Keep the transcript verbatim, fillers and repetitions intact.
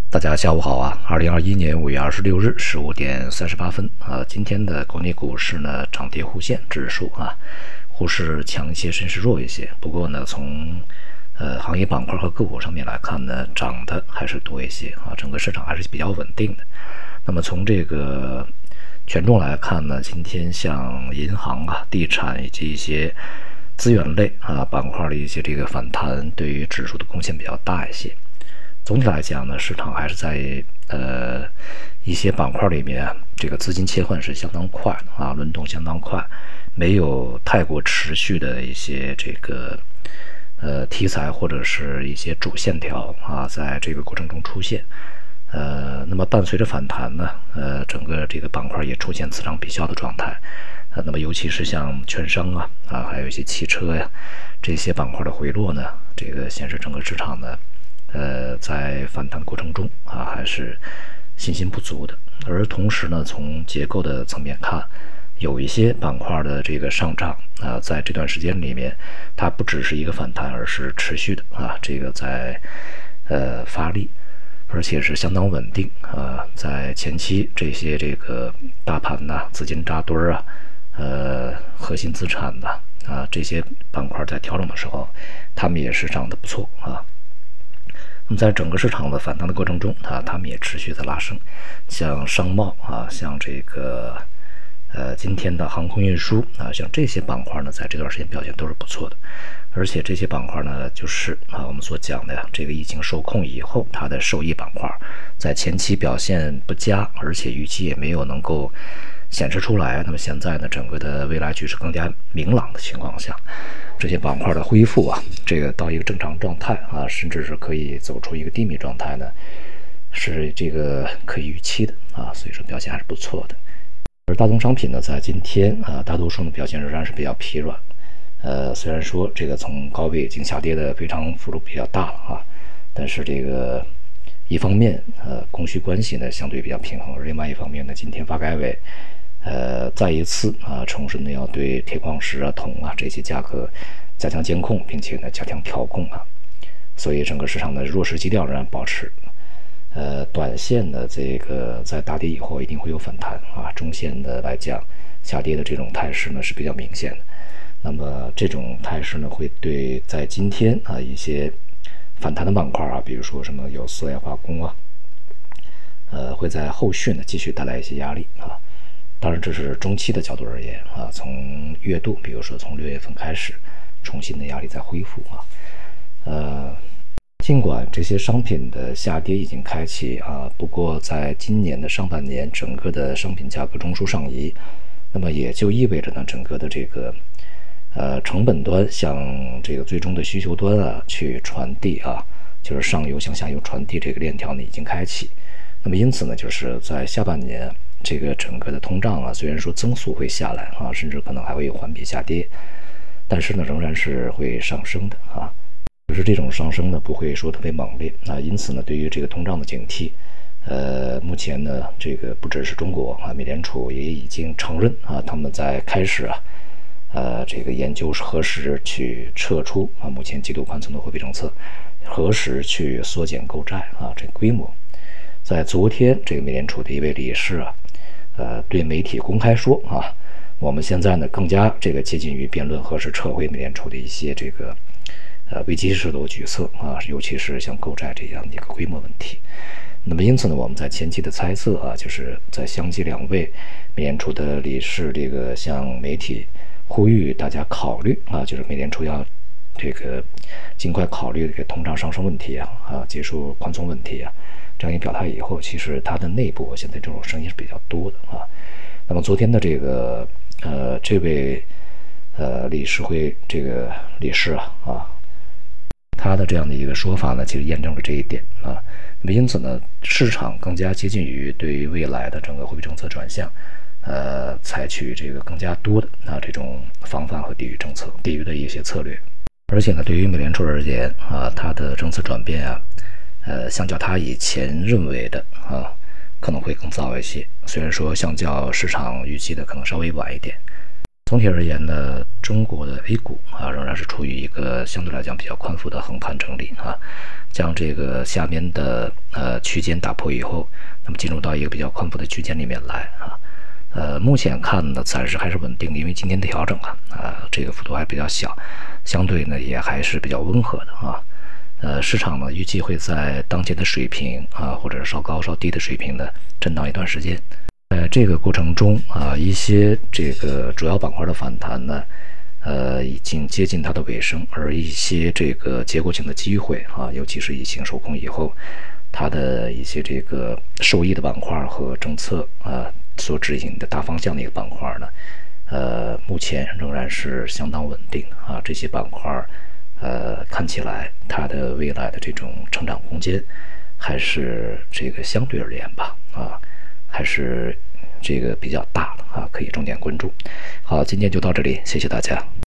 大家下午好啊！二零二一年五月二十六日十五点三十八分啊，今天的国内股市呢涨跌互现，指数啊，沪市强一些，深市弱一些。不过呢，从呃行业板块和个股上面来看呢，涨的还是多一些啊，整个市场还是比较稳定的。那么从这个权重来看呢，今天像银行啊、地产以及一些资源类啊板块的一些这个反弹，对于指数的贡献比较大一些。总体来讲呢，市场还是在呃一些板块里面，这个资金切换是相当快的啊，轮动相当快，没有太过持续的一些这个呃题材或者是一些主线条啊，在这个过程中出现。呃，那么伴随着反弹呢，呃，整个这个板块也出现此涨彼消的状态。呃，那么尤其是像券商啊啊，还有一些汽车呀这些板块的回落呢，这个显示整个市场呢。呃，在反弹过程中啊，还是信心不足的。而同时呢，从结构的层面看，有一些板块的这个上涨啊，在这段时间里面，它不只是一个反弹，而是持续的啊，这个在呃发力，而且是相当稳定啊。在前期这些这个大盘呐、资金扎堆儿啊，呃，核心资产呐啊这些板块在调整的时候，他们也是涨得不错啊。那么在整个市场的反弹的过程中啊，他们也持续在拉升，像商贸啊，像这个呃今天的航空运输啊，像这些板块呢，在这段时间表现都是不错的，而且这些板块呢，就是啊我们所讲的呀，这个疫情受控以后，它的受益板块在前期表现不佳，而且预期也没有能够显示出来。那么现在呢，整个的未来局势更加明朗的情况下，这些板块的恢复啊，这个到一个正常状态啊，甚至是可以走出一个低迷状态呢，是这个可以预期的啊，所以说表现还是不错的。而大宗商品呢，在今天啊，大多数的表现仍然是比较疲软。呃，虽然说这个从高位已经下跌的非常幅度比较大了啊，但是这个一方面呃供需关系呢相对比较平衡，而另外一方面呢，今天发改委呃，再一次啊，重申呢要对铁矿石啊、铜啊这些价格加强监控，并且呢加强调控啊，所以整个市场的弱势基调仍然保持。呃，短线的这个在大跌以后一定会有反弹啊，中线的来讲，下跌的这种态势呢是比较明显的。那么这种态势呢，会对在今天啊一些反弹的板块啊，比如说什么有色呀、化工啊，呃，会在后续呢继续带来一些压力啊。当然，这是中期的角度而言啊，从月度，比如说从六月份开始，重新的压力在恢复啊。呃，尽管这些商品的下跌已经开启啊，不过在今年的上半年，整个的商品价格中枢上移，那么也就意味着呢，整个的这个呃成本端向这个最终的需求端啊去传递啊，就是上游向下游传递这个链条呢已经开启。那么因此呢，就是在下半年。这个整个的通胀啊，虽然说增速会下来啊，甚至可能还会有环比下跌，但是呢，仍然是会上升的啊。就是这种上升呢，不会说特别猛烈啊。因此呢，对于这个通胀的警惕，呃，目前呢，这个不只是中国啊，美联储也已经承认啊，他们在开始啊，呃，这个研究是何时去撤出啊，目前极度宽松的货币政策，何时去缩减购债啊，这个规模。在昨天，这个美联储的一位理事啊。呃，对媒体公开说啊，我们现在呢更加这个接近于辩论何时撤回美联储的一些这个呃危机式的举措啊，尤其是像购债这样的一个规模问题。那么因此呢，我们在前期的猜测啊，就是在相继两位美联储的理事这个向媒体呼吁大家考虑啊，就是美联储要这个尽快考虑这个通胀上升问题啊，啊，结束宽松问题啊。这样一表态以后，其实它的内部现在这种声音是比较多的啊。那么昨天的这个呃这位呃理事会这个理事啊啊，他的这样的一个说法呢，其实验证了这一点啊。那么因此呢，市场更加接近于对于未来的整个货币政策转向，呃，采取这个更加多的啊这种防范和抵御政策、抵御的一些策略。而且呢，对于美联储而言啊，它的政策转变啊。呃，相较他以前认为的啊，可能会更早一些。虽然说相较市场预期的可能稍微晚一点。总体而言呢， 中国的 A 股啊，仍然是处于一个相对来讲比较宽幅的横盘整理啊，将这个下面的呃区间打破以后，那么进入到一个比较宽幅的区间里面来啊。呃，目前看呢，暂时还是稳定的，因为今天的调整啊，啊，这个幅度还比较小，相对呢也还是比较温和的啊。呃，市场呢预计会在当前的水平啊，或者是稍高稍低的水平呢震荡一段时间。在这个过程中啊，一些这个主要板块的反弹呢，呃，已经接近它的尾声，而一些这个结构性的机会啊，尤其是疫情受控以后，它的一些这个受益的板块和政策啊所指引的大方向的一个板块呢，呃，目前仍然是相当稳定啊。这些板块，呃，看起来它的未来的这种成长空间，还是这个相对而言吧，啊，还是这个比较大的啊，可以重点关注。好，今天就到这里，谢谢大家。